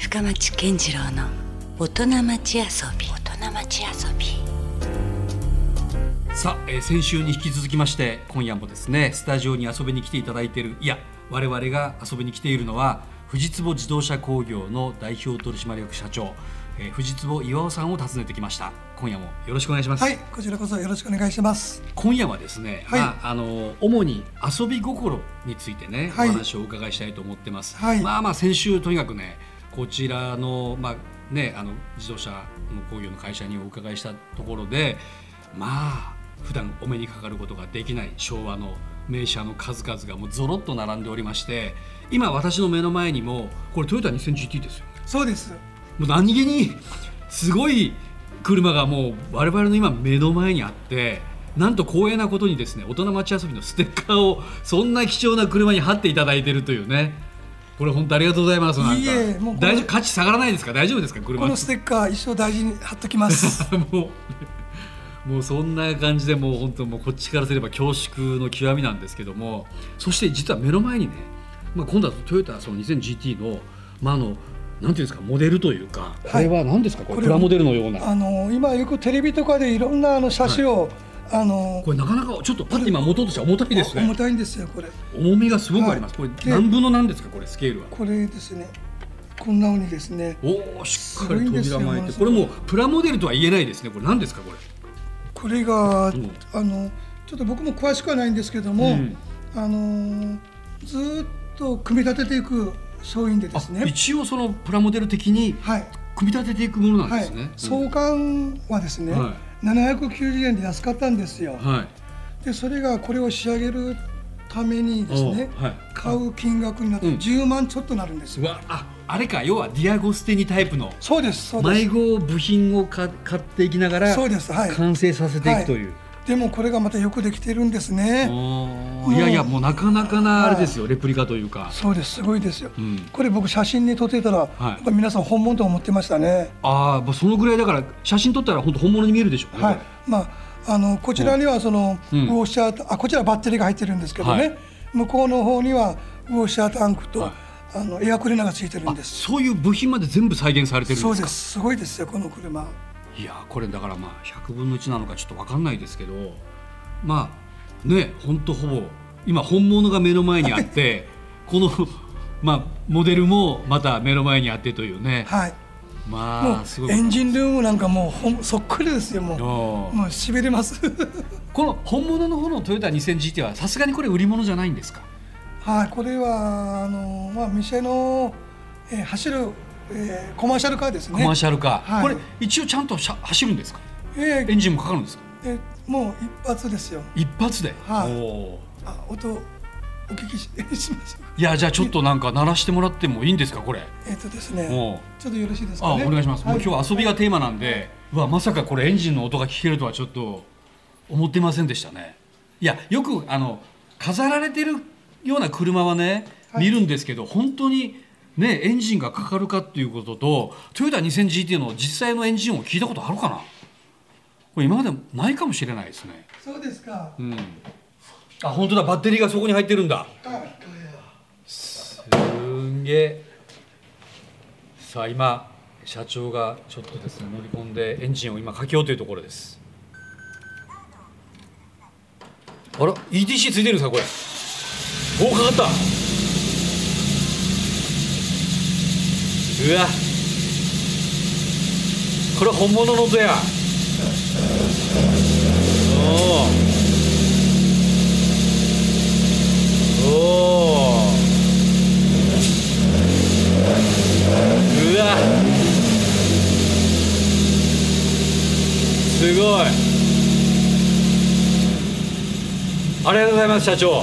深町健次郎の大人町遊び。 さあ、先週に引き続きまして今夜もですねスタジオに遊びに来ていただいている、いや我々が遊びに来ているのは藤坪自動車工業の代表取締役社長、藤坪巌さんを訪ねてきました。今夜もよろしくお願いします。 はい、こちらこそよろしくお願いします。 今夜はですね、主に遊び心についてね、お話をお伺いしたいと思ってます。先週とにかくねこちらの、自動車の工業の会社にお伺いしたところで普段お目にかかることができない昭和の名車の数々がもうゾロッと並んでおりまして、今私の目の前にもこれトヨタ 2000GT ですよ。 そうです。 もう何気にすごい車がもう我々の今目の前にあって、なんと光栄なことにですね大人町遊びのステッカーをそんな貴重な車に貼っていただいているというね、これ本当ありがとうございます。なんかいいえ、もう大丈夫、価値下がらないですか？大丈夫ですか？車このステッカー一生大事に貼っときますもうそんな感じでもう本当もうこっちからすれば恐縮の極みなんですけども、そして実は目の前にね、今度はトヨタその 2000GT のなんていうんですかモデルというか、これは何ですか？これプラモデルのような今よくテレビとかでいろんな車種を、 これなかなかちょっとパッと今持とうとして重たいですね。 重たいんですよ。これ重みがすごくあります。これ何分の何ですか？これスケールはこれですね、こんなふうにですね、 しっかり扉巻いて、これもうプラモデルとは言えないですね。これ何ですか？ これが、ちょっと僕も詳しくはないんですけども、ずっと組み立てていく商品でですね、 一応そのプラモデル的に組み立てていくものなんですね。 創刊はですね、790円で安かったんですよ。でそれがこれを仕上げるためにですね、買う金額になって10万ちょっとなるんですよ。 あれか、要はディアゴスティニタイプのそうです。 迷子部品を買っていきながら完成させていくという。 でもこれがまたよくできてるんですね。 いやいや、もうなかなかなあれですよ、レプリカというか。 そうです、すごいですよ。これ僕写真に撮ってたら、やっぱ皆さん本物と思ってましたね。 そのぐらいだから写真撮ったら本当本物に見えるでしょうね。 こちらにはそのウォッシャー、こちらバッテリーが入ってるんですけどね、向こうの方にはウォッシャータンクと、エアクリーナーがついてるんです。 そういう部品まで全部再現されてるんですか？ そうです、すごいですよこの車。 いや、これだから100分の1なのかちょっと分かんないですけど、本当ほぼ今本物が目の前にあってこのモデルもまた目の前にあってというね。 すごい。エンジンルームなんかもうそっくりですよ。もうしびれますこの本物の方のトヨタ 2000GT はさすがにこれ売り物じゃないんですか？ これは店の、走る、コマーシャルカーですね。 コマーシャルカー、これ一応ちゃんと走るんですか？エンジンもかかるんですか？ もう一発ですよ。 一発で。 音お聞きしましょう。 いや、じゃあちょっとなんか鳴らしてもらってもいいんですか？これですね、ちょっとよろしいですかね。 お願いします。もう今日遊びがテーマなんで、まさかこれエンジンの音が聞けるとはちょっと思ってませんでしたね。いや、よく飾られてるような車はね、見るんですけど、本当にねエンジンがかかるかっていうことと、トヨタ 2000GT の実際のエンジンを聞いたことあるかな？これ今までないかもしれないですね。 そうですか。 本当だ、バッテリーがそこに入ってるんだ。すんげえ。さあ今社長がちょっとですね乗り込んでエンジンを今かけようというところです。あら ETC ついてるんですか？これかかった。うわ、これは本物の音や。うわ、すごい。ありがとうございます社長。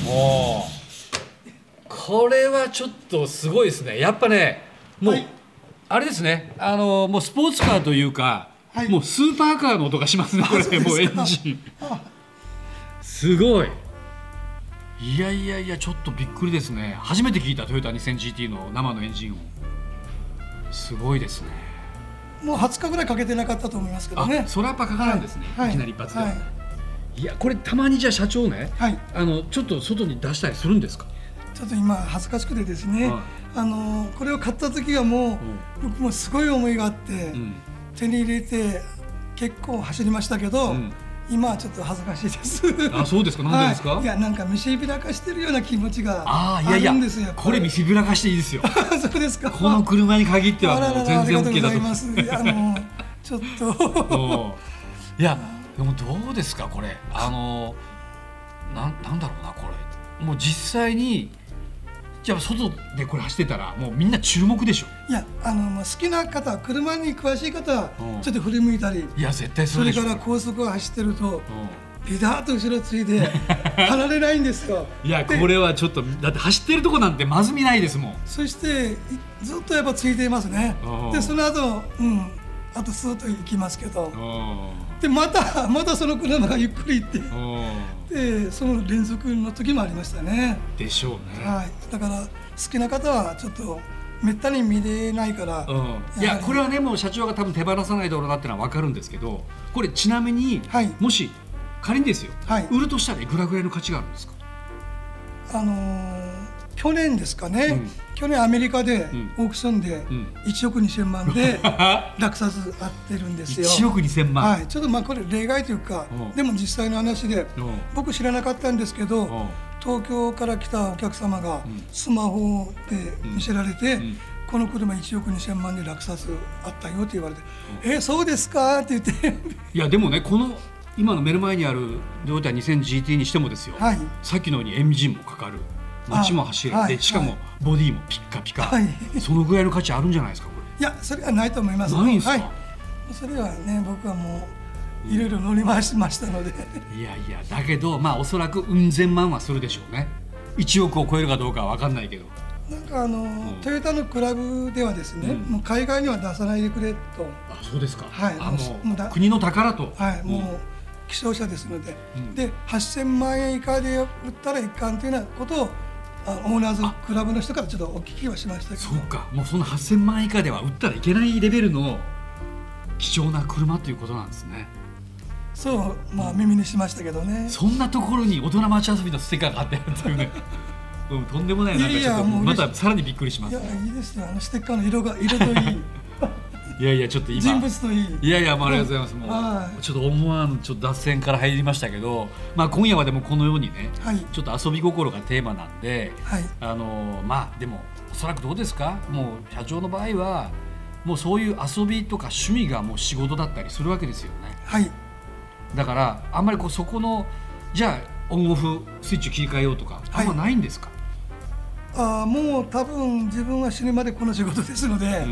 これはちょっとすごいですね。やっぱね、もう、あれですね、もうスポーツカーというか、もうスーパーカーの音がしますね。これもうエンジンすごい。いやいやいや、ちょっとびっくりですね。初めて聞いたトヨタ 2000GT の生のエンジン音。すごいですね。 もう20日ぐらいかけてなかったと思いますけどね。 それはやっぱかかるんですね、いきなり一発で。いや、これたまにじゃあ社長ね、ちょっと外に出したりするんですか？ ちょっと今恥ずかしくてですね、 これを買った時はもう、僕もすごい思いがあって、手に入れて結構走りましたけど、今はちょっと恥ずかしいです。 あ、そうですか。なんでですか？ いや、なんか見せびらかしてるような気持ちがあるんですよ。 これ見せびらかしていいですよ。 そうですか。 この車に限ってはもう全然 OK だと思います。 ちょっといや、でもどうですかこれ。なんだろうな、これもう実際にじゃあ外でこれ走ってたらもうみんな注目でしょ。 いや、好きな方、車に詳しい方はちょっと振り向いたり、 いや絶対そうでしょ。 それから高速を走ってるとピタッと後ろついて離れないんですよ。 いや、これはちょっとだって走ってるとこなんてまず見ないですもん。 そしてずっとやっぱついていますね。でその後あとスーッと行きますけど、でまたその車がゆっくり行って、でその連続の時もありましたね。 でしょうね。 はい、だから好きな方はちょっとめったに見れないから、 いや、これはね、もう社長が多分手放さないだろうなってのは分かるんですけど、これちなみに、もし仮にですよ、売るとしたらいくらぐらいの価値があるんですか？ 去年ですかね、去年アメリカでオークションで1億2000万で落札あってるんですよ。 1億2000万。 はい、ちょっとこれ例外というか、でも実際の話で、僕知らなかったんですけど、東京から来たお客様がスマホで見せられて、この車1億2000万で落札あったよって言われて、そうですかって言っていやでもね、この今の目の前にあるトヨタ 2000GT にしてもですよ、さっきのようにエンジンもかかる、街も走れて、しかもボディもピッカピカ、そのぐらいの価値あるんじゃないですかこれ。 いや、それはないと思います。 ないんですか？ それはね、僕はもういろいろ乗り回しましたのでいやいや、だけどおそらくうん千万はするでしょうね。1億を超えるかどうかは分かんないけど、 なんかトヨタのクラブではですね、もう海外には出さないでくれと。 あ、そうですか。 はい、 もう国の宝と。 はい、もう希少車ですので、で8000万円以下で売ったらいかんというようなことをオーナーズクラブの人からちょっとお聞きはしましたけど。 そうか、もうその8000万円以下では売ったらいけないレベルの貴重な車ということなんですね。 そう、耳にしましたけどね。 そんなところに大人町遊びのステッカーが貼ってあるっていうねとんでもない、なんかちょっとまたさらにびっくりします、ね。 いや、いいですよ、ステッカーの色といいいやいや、ちょっと今人物といい。 いやいや、ありがとうございます。もうちょっと思わぬちょっと脱線から入りましたけど、今夜はでもこのようにね、ちょっと遊び心がテーマなんで、でもおそらくどうですか、もう社長の場合はもうそういう遊びとか趣味がもう仕事だったりするわけですよね。 はい。 だからあんまりそこのじゃあオンオフスイッチ切り替えようとかあんまないんですか？ もう多分自分は死ぬまでこの仕事ですので、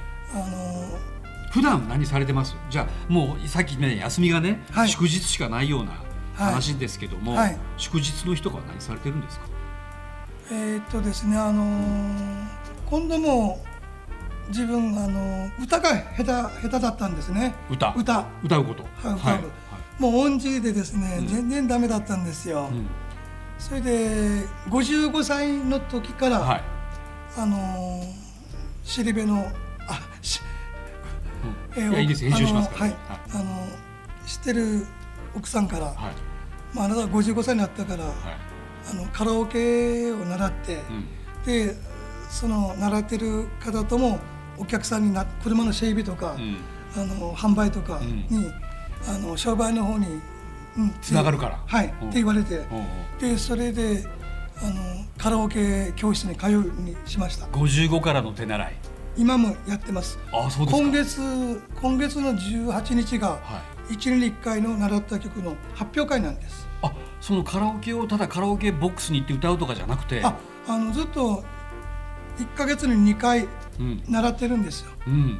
普段何されてます？じゃあもうさっきね、休みがね、祝日しかないような話ですけども、祝日の日とかは何されてるんですか？ ですね、今度も自分歌が下手だったんですね。 歌うこと、 もう音痴でですね、全然ダメだったんですよ。それで55歳の時から、しりべのいいです、編集しますから。 知ってる奥さんから、あなたは55歳になったから、カラオケを習って、でその習ってる方ともお客さんに車の整備とか、販売とかに、商売の方につながるから、 って言われて、でそれでカラオケ教室に通うようにしました。 55からの手習い今もやってます。今月の18日が1年に1回の習った曲の発表会なんです。 そのカラオケをただカラオケボックスに行って歌うとかじゃなくて、 ずっと1ヶ月に2回習ってるんですよ。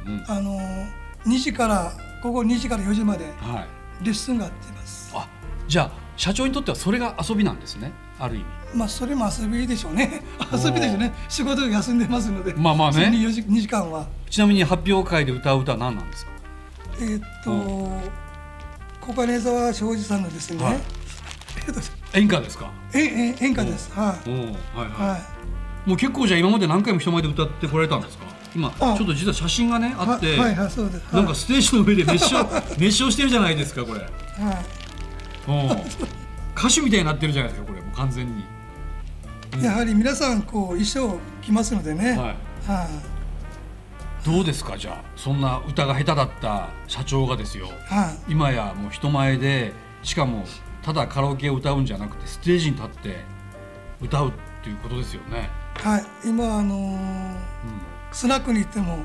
午後2時から4時までレッスンがあってます。 じゃあ社長にとってはそれが遊びなんですね、ある意味。 それも遊びでしょうね。遊びでしょうね。仕事が休んでますので、 ね、 2時間は。 ちなみに発表会で歌う歌は何なんですか？ 小金沢庄司さんのですね、 演歌ですか？ 演歌です。 もう結構じゃあ今まで何回も人前で歌ってこられたんですか？今ちょっと実は写真がねあって、なんかステージの上で熱唱してるじゃないですかこれ。歌手みたいになってるじゃないですかこれ、もう完全に。 やはり皆さんこう衣装着ますのでね、はいどうですか、じゃあそんな歌が下手だった社長がですよ、今やもう人前で、しかもただカラオケを歌うんじゃなくてステージに立って歌うっていうことですよね。 はい、今スナックに行っても、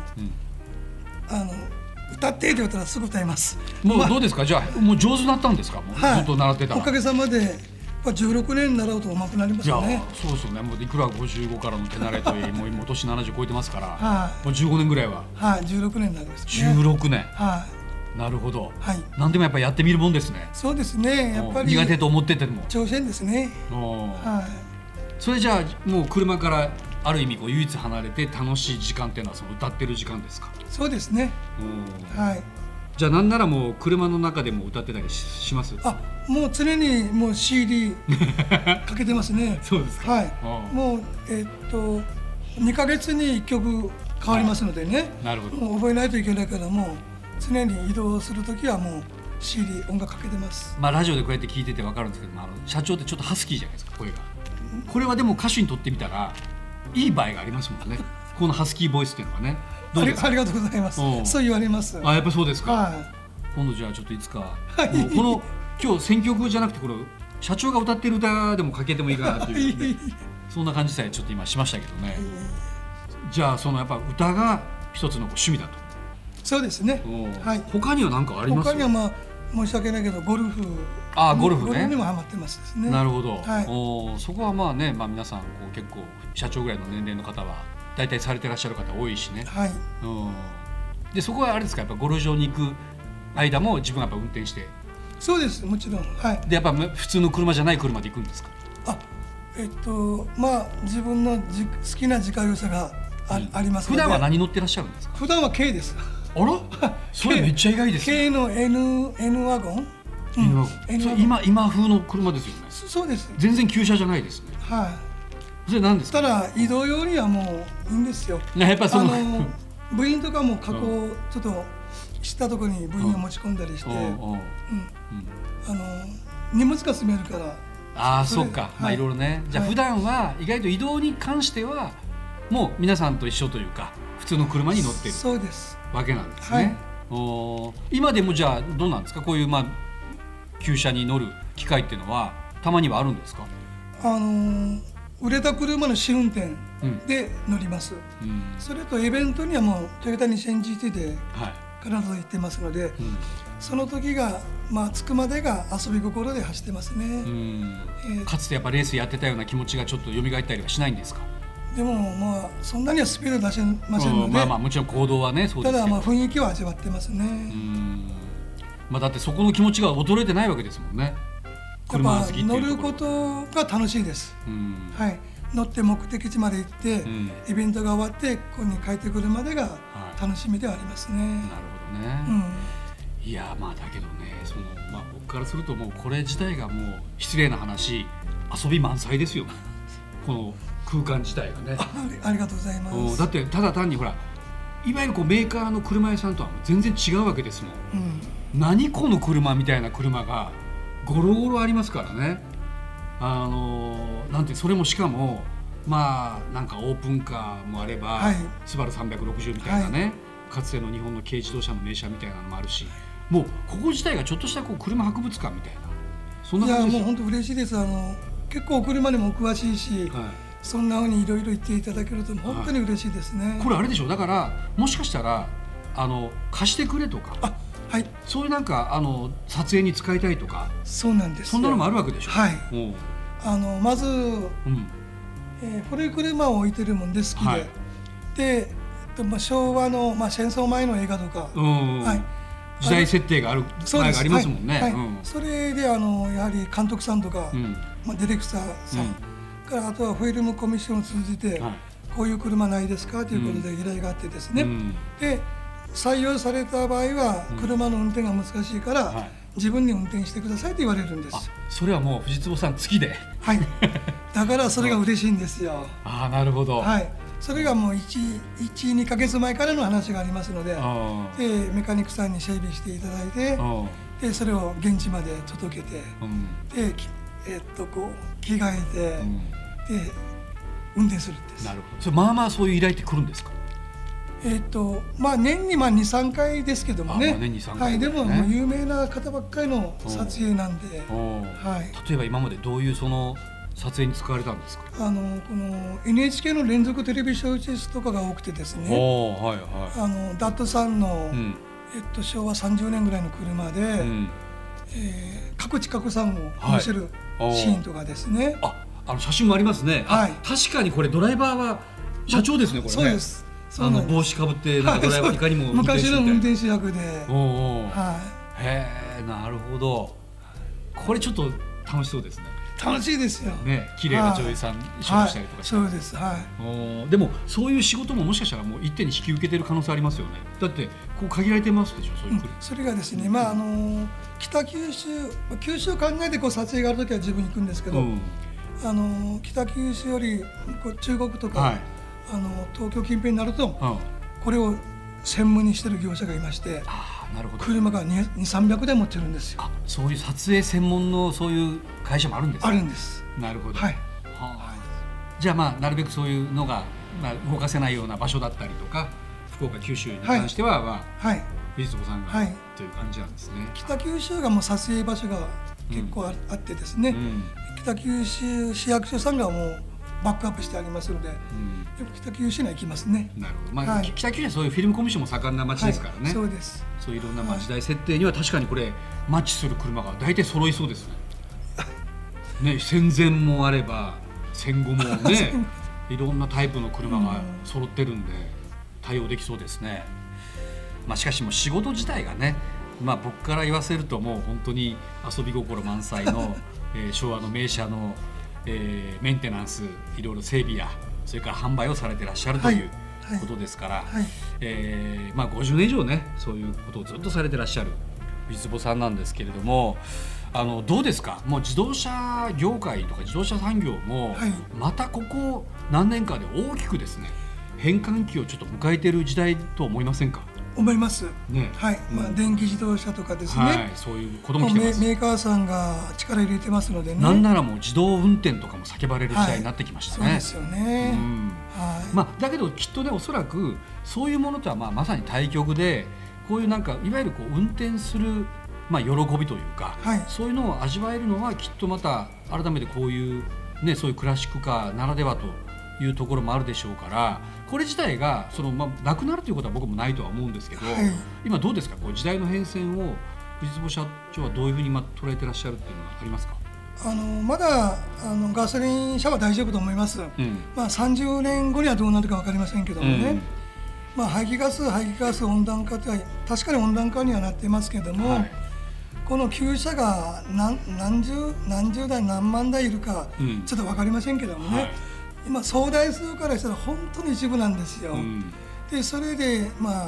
歌ってって言ったらすぐ歌います。 もうどうですか、じゃあもう上手になったんですか、もうずっと習ってたら。 おかげさまで16年習うと上手くなりますよね。 いやそうですよね。もういくら55からの手慣れといいもう今年70超えてますから、もう15年ぐらいは。 16年になりますね。 16年。なるほど。何でもやっぱりやってみるもんですね。 そうですね。やっぱり苦手と思ってても挑戦ですね。 それじゃあもう車からある意味こう唯一離れて楽しい時間っていうのはその歌ってる時間ですか。 そうですね。 じゃあなんならもう車の中でも歌ってたりします？ もう常にもう CD かけてますね。 そうですか。 もう2ヶ月に1曲変わりますのでね。 なるほど。 もう覚えないといけないからもう常に移動するときはもう CD 音楽かけてます。 ラジオでこうやって聞いてて分かるんですけども、社長ってちょっとハスキーじゃないですか、声が。これはでも歌手にとってみたらいい場合がありますもんね。このハスキーボイスっていうのはね。 ありがとうございます。そう言われます。 やっぱそうですか。今度じゃあちょっといつかこの今日選曲じゃなくてこの社長が歌ってる歌でもかけてもいいかなっていうそんな感じさえちょっと今しましたけどね。じゃあそのやっぱ歌が一つの趣味だと。 そうですね。 他には何かあります？ 他には申し訳ないけどゴルフ。 ゴルフね。 にもハマってますですね。 なるほど。そこはね、皆さんこう結構社長ぐらいの年齢の方は大体されてらっしゃる方多いしね。でそこはあれですか、やっぱゴルフ場に行く間も自分はやっぱ運転して。 そうです、もちろん。 でやっぱ普通の車じゃない車で行くんですか？ 自分の好きな自家用車がありますので。 普段は何乗ってらっしゃるんですか？ 普段は軽です。 あら、それめっちゃ意外ですね。 軽の N ワゴン。 今風の車ですよね。 そうです。 全然旧車じゃないですね。それ何ですか？ ただ移動用にはもういいんですよ。 やっぱその部員とかも加工ちょっとしたところに部員を持ち込んだりして、荷物が積めるから。 そうか。いろいろね。じゃあ普段は意外と移動に関してはもう皆さんと一緒というか普通の車に乗ってるわけなんですね。今でもじゃあどうなんですか、こういう旧車に乗る機会っていうのはたまにはあるんですか？ 売れた車の試運転で乗ります。それとイベントにはもうトヨタ 2000GT で必ず行ってますので、その時が着くまでが遊び心で走ってますね。 かつてやっぱレースやってたような気持ちがちょっと蘇ったりはしないんですか？ でもそんなにはスピード出せませんので、 もちろん行動はねそうですけど、 ただ雰囲気は味わってますね。 だってそこの気持ちが衰えてないわけですもんね。 車好きっていう乗ることが楽しいです。乗って目的地まで行って、イベントが終わってここに帰ってくるまでが楽しみではありますね。なるほどね。いやだけどね、僕からするともうこれ自体がもう失礼な話、遊び満載ですよ。この空間自体がね。 ありがとうございます。 だってただ単にほらいわゆるメーカーの車屋さんとは全然違うわけですもん。何この車みたいな車がゴロゴロありますからね。なんてそれもしかもなんかオープンカーもあれば、スバル360みたいなね、かつての日本の軽自動車の名車みたいなのもあるし、もうここ自体がちょっとした車博物館みたいな、そんな感じです。 いやもう本当嬉しいです。結構車にもお詳しいし、そんなふうにいろいろ言っていただけると本当に嬉しいですね。 これあれでしょ、だからもしかしたら貸してくれとか、そういうなんか撮影に使いたいとか、 そうなんですよ。 そんなのもあるわけでしょ。 まず、古い車を置いてるもんで好きで、昭和の、戦争前の映画とか、時代設定がある前がありますもんね。それでやはり監督さんとか、ディレクターさんからあとはフィルムコミッションを通じて、こういう車ないですかということで依頼があってですね、で採用された場合は車の運転が難しいから、自分に運転してくださいと言われるんです。 それはもう藤坪さん月で。 だからそれが嬉しいんですよ。 なるほど。 それがもう1、2ヶ月前からの話がありますので、メカニックさんに整備していただいて、でそれを現地まで届けて、でこう着替えて、で運転するんです。 なるほど。それまあまあそういう依頼って来るんですか？ まあ年に2、3回ですけどもね。 年に3 回、 ね。 はい、でももう有名な方ばっかりの撮影なんで、 はい、例えば今までどういうその撮影に使われたんですか？ この NHK の連続テレビ小説とかが多くてですね、 はいはい、 ダットさんの、昭和30年ぐらいの車で、各近くさんを見せるシーンとかですね、 写真もありますね。 はい、 確かにこれドライバーは社長ですね、これね。 そうです。 帽子かぶってなんかドライバーいかにも昔の運転手役で。 はい、へえ、なるほど。これちょっと楽しそうですね。 楽しいですよね。綺麗な女優さん一緒にしたりとかして、 そうです。はい。 でもそういう仕事ももしかしたらもう一手に引き受けてる可能性ありますよね。だってこう限られてますでしょ、そういう車。 それがですね、北九州を考えてこう撮影があるときは自分行くんですけど、北九州より中国とか、東京近辺になると、これを専門にしてる業者がいまして、 なるほど、 車が2、300台持ってるんですよ。 そういう撮影専門のそういう会社もあるんですか？ あるんです。 なるほど。 はい。 じゃあなるべくそういうのが、動かせないような場所だったりとか、福岡九州に関しては、藤坪さんが、という感じなんですね。 北九州がもう撮影場所が結構あってですね、北九州市役所さんがもうバックアップしてありますので、よく北九州には行きますね。 なるほど。北九州はそういうフィルムコミッションも盛んな町ですからね。 そうです。 そういういろんな時代設定には確かにこれマッチする車が大体揃いそうですね。戦前もあれば戦後もね、いろんなタイプの車が揃ってるんで対応できそうですね。しかしもう仕事自体がね、僕から言わせるともう本当に遊び心満載の昭和の名車のメンテナンス、いろいろ整備やそれから販売をされていらっしゃるということですから、50年以上ねそういうことをずっとされていらっしゃる藤坪さんなんですけれども、どうですか？もう自動車業界とか自動車産業もまたここ何年かで大きくですね変換期をちょっと迎えている時代と思いませんか？ 思いますね。はい。電気自動車とかですね、 そういうことも来てます。 メーカーさんが力入れてますのでね。 なんならもう自動運転とかも叫ばれる時代になってきましたね。 そうですよね。 だけどきっとね、おそらくそういうものとはまさに対極で、こういうなんかいわゆるこう運転する喜びというか、そういうのを味わえるのはきっとまた改めてこういうね、そういうクラシックカーならではというところもあるでしょうから、これ自体がなくなるということは僕もないとは思うんですけど、今どうですか？こう時代の変遷を藤坪社長はどういうふうに捉えてらっしゃるっていうのはありますか？ まだガソリン車は大丈夫と思います。30年後にはどうなるか分かりませんけどもね、排気ガス温暖化って確かに温暖化にはなっていますけども、この旧車が何十台何万台いるかちょっと分かりませんけどもね、今総台数からしたら本当に一部なんですよ。でそれで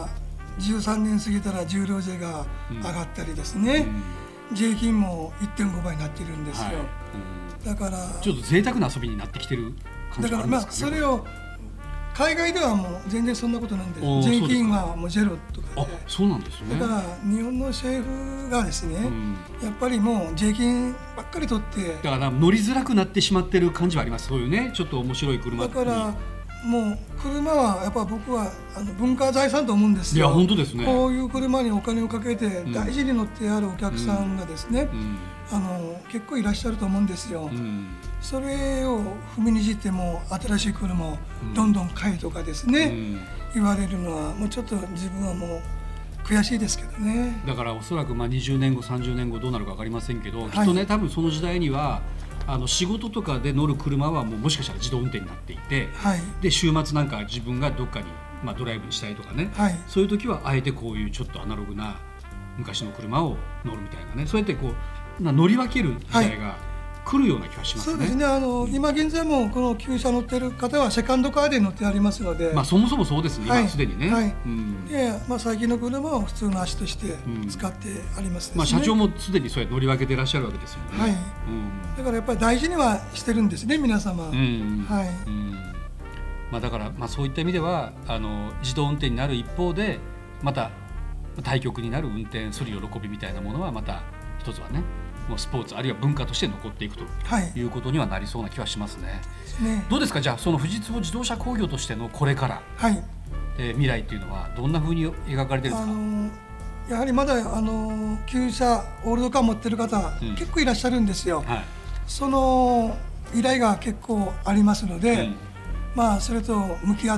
13年過ぎたら重量税が上がったりですね、税金も 1.5 倍になっているんですよ。だからちょっと贅沢な遊びになってきてる感じがありますかね。 それを海外ではもう全然そんなことなんで、税金はもうゼロとかで。 そうなんですね。 だから日本の政府がですね、やっぱりもう税金ばっかり取って、 だから乗りづらくなってしまってる感じはあります。そういうね、ちょっと面白い車だからもう車はやっぱ僕は文化財産と思うんですよ。 いや本当ですね。 こういう車にお金をかけて大事に乗ってあるお客さんがですね、結構いらっしゃると思うんですよ。それを踏みにじっても新しい車をどんどん買えとかですね、言われるのはもうちょっと自分はもう悔しいですけどね。 だからおそらく20年後30年後どうなるか分かりませんけど、きっとね多分その時代には仕事とかで乗る車はもしかしたら自動運転になっていて、で週末なんか自分がどっかにドライブにしたいとかね、そういう時はあえてこういうちょっとアナログな昔の車を乗るみたいなね、そうやってこう乗り分ける時代が来るような気がしますね。 そうですね。今現在もこの旧車乗ってる方はセカンドカーで乗ってありますので、 そもそもそうですね。今すでにね。 で最近の車は普通の足として使ってありますですね。 社長もすでにそうやって乗り分けていらっしゃるわけですよね。 だからやっぱり大事にはしてるんですね、皆様。 だからそういった意味では自動運転になる一方でまた対極になる運転する喜びみたいなものはまた一つはねもうスポーツあるいは文化として残っていくということにはなりそうな気はしますね。どうですか、じゃあその富士通自動車工業としてのこれから、未来というのはどんなふうに描かれてるんですか？ やはりまだ旧車オールドカー持ってる方、結構いらっしゃるんですよ。その依頼が結構ありますので、それと向き合って、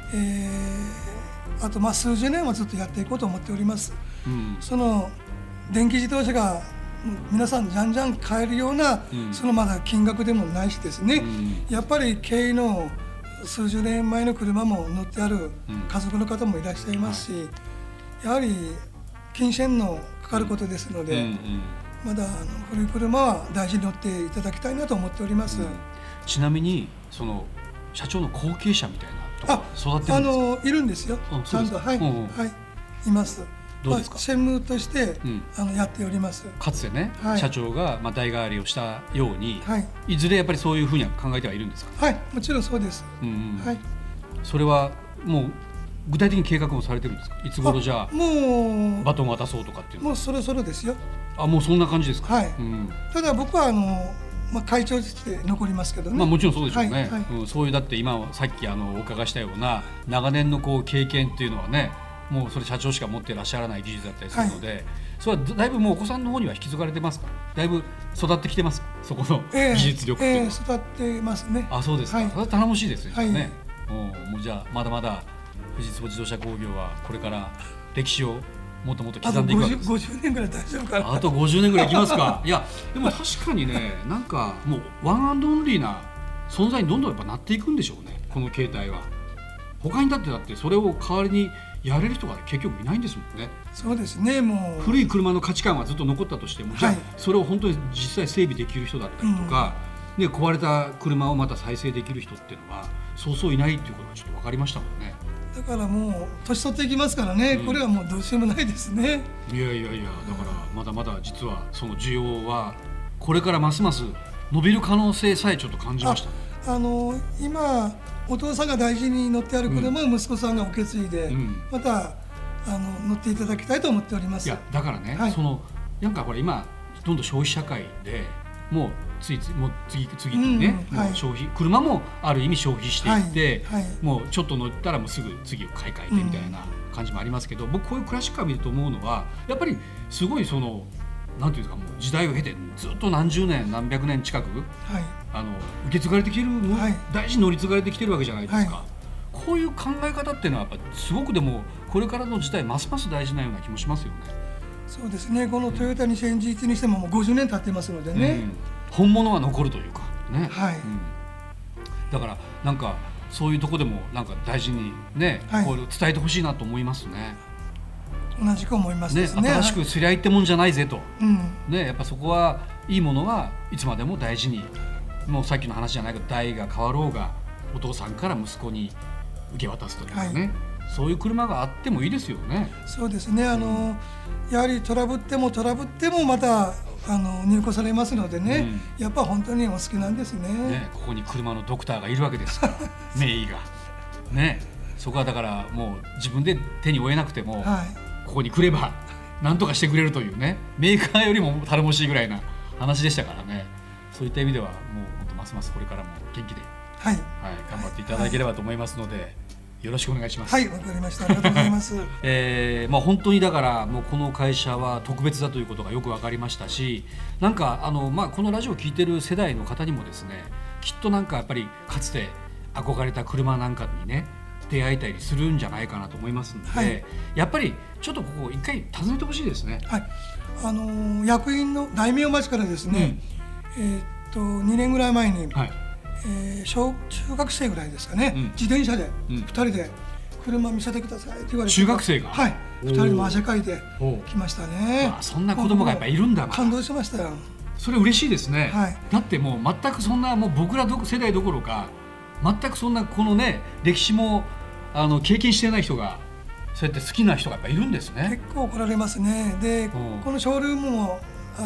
あと数十年はずっとやっていこうと思っております。その電気自動車が皆さんじゃんじゃん買えるような、そのまだ金額でもないしですね、やっぱり軽の数十年前の車も乗ってある家族の方もいらっしゃいますし、やはり金銭のかかることですので、まだ古い車は大事に乗っていただきたいなと思っております。 ちなみにその社長の後継者みたいなとこ育ってるんですか？ いるんですよ。ちゃんといます。 どうですか？ 専務としてやっております。 かつてね、社長が代替わりをしたように、いずれやっぱりそういうふうには考えてはいるんですか？ もちろんそうです。 それはもう具体的に計画もされてるんですか？いつ頃じゃあもうバトンを渡そうとかっていうのは。 もうそろそろですよ。 もうそんな感じですか？ ただ僕は会長として残りますけどね。 もちろんそうでしょうね。そういうだって今さっきお伺いしたような長年の経験っていうのはね、もうそれ社長しか持っていらっしゃらない技術だったりするので、それはだいぶもうお子さんの方には引き継がれてますか？だいぶ育ってきてますか？そこの技術力っていうのは。 育ってますね。 そうですか。それは頼もしいですね。もうじゃあまだまだ富士通自動車工業はこれから歴史をもっともっと刻んでいくわけです。 50年ぐらい大丈夫かな。 あと50年ぐらいいきますか。いやでも確かにね、なんかもうワンアンドオンリーな存在にどんどんやっぱなっていくんでしょうね、この携帯は。他にだってそれを代わりにやれる人が結局いないんですもんね。 そうですね。もう古い車の価値観はずっと残ったとしても、じゃあそれを本当に実際整備できる人だったりとか、壊れた車をまた再生できる人っていうのはそうそういないっていうことがちょっと分かりましたもんね。 だからもう年取っていきますからね、これはもうどうしようもないですね。 いやだからまだまだ実はその需要はこれからますます伸びる可能性さえちょっと感じました。 今お父さんが大事に乗ってある車を息子さんが受け継いで、また乗っていただきたいと思っております。 いやだからね、なんかほら今どんどん消費社会でもう次にね、消費車もある意味消費していって、もうちょっと乗ったらもうすぐ次を買い替えてみたいな感じもありますけど、僕こういうクラシックカー見ると思うのはやっぱりすごいそのなんていうかもう時代を経てずっと何十年何百年近く、受け継がれてきてる、大事に乗り継がれてきてるわけじゃないですか。こういう考え方っていうのはやっぱすごくでもこれからの時代ますます大事なような気もしますよね。 そうですね。このトヨタ2011にしてももう50年経ってますのでね、 本物は残るというかね、だからなんかそういうとこでもなんか大事にね、こう伝えてほしいなと思いますね。 同じく思いますですね。 新しくすりゃいってもんじゃないぜと、やっぱそこはいいものはいつまでも大事に、もうさっきの話じゃないけど代が変わろうがお父さんから息子に受け渡すというかね、そういう車があってもいいですよね。 そうですね。やはりトラブってもまた入庫されますのでね、やっぱ本当にお好きなんですね。 ここに車のドクターがいるわけですから名医がね。そこはだからもう自分で手に負えなくても、ここに来れば何とかしてくれるというね、メーカーよりも頼もしいぐらいな話でしたからね。そういった意味ではもう本当ますますこれからも元気で、頑張っていただければと思いますので、よろしくお願いします。 わかりました。ありがとうございます。 本当にだからもうこの会社は特別だということがよく分かりましたし、なんかこのラジオを聞いてる世代の方にもですね、きっとなんかやっぱりかつて憧れた車なんかにね出会えたりするんじゃないかなと思いますので、やっぱりちょっとここ一回訪ねてほしいですね。 役員の大名町からですね、2年ぐらい前に、中学生ぐらいですかね、自転車で2人で車見せてくださいって言われて、 中学生が 2人も汗かいてきましたね。 そんな子供がやっぱいるんだ。 感動しましたよ。 それ嬉しいですね。だってもう全くそんなもう僕ら世代どころか全くそんなこのね歴史も経験してない人がそうやって好きな人がやっぱいるんですね。 結構来られますね。でこのショールームも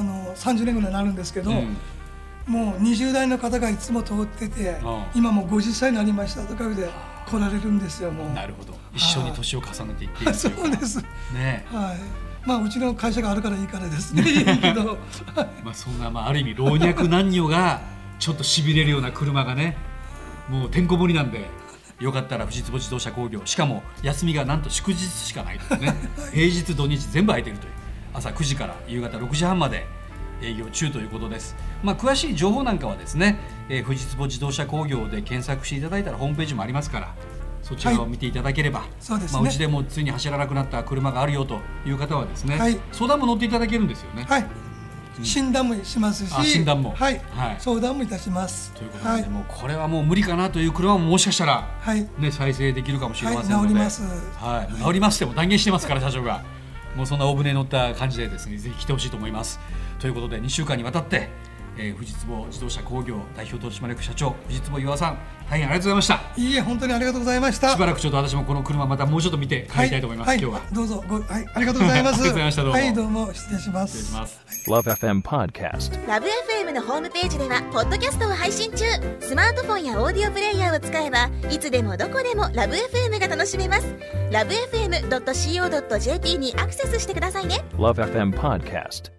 30年ぐらいになるんですけど、もう20代の方がいつも通ってて、今もう50歳になりましたとかで来られるんですよ。もうなるほど。一緒に年を重ねていっているというか。 そうですね。 まあうちの会社があるからいいからですねいいけどまあそんな、ある意味老若男女がちょっとしびれるような車がね、もうてんこ盛りなんで、よかったら藤坪自動車工業、しかも休みがなんと祝日しかないというね平日土日全部空いているという、朝9時から夕方6時半まで営業中ということです。詳しい情報なんかはですね、藤坪自動車工業で検索していただいたらホームページもありますから、そちらを見ていただければ、 そうですね、 うちでもついに走らなくなった車があるよという方はですね、相談も乗っていただけるんですよね。 診断もしますし、 診断も、 相談もいたします。 ということで、もうこれはもう無理かなという車ももしかしたら、再生できるかもしれませんので、 治ります、 治りますっても断言してますから社長がもうそんな大船に乗った感じでですね、ぜひ来てほしいと思います。ということで2週間にわたって、藤坪自動車工業代表取締役社長藤坪岩さん、大変ありがとうございました。 いいえ、本当にありがとうございました。 しばらくちょっと私もこの車またもうちょっと見て帰りたいと思います。今日はどうぞありがとうございます。 ありがとうございました。どうも、 どうも失礼します。 Love FM Podcast。 Love FM のホームページではポッドキャストを配信中。スマートフォンやオーディオプレイヤーを使えばいつでもどこでも Love FM が楽しめます。 LoveFM.co.jp にアクセスしてくださいね。 Love FM Podcast。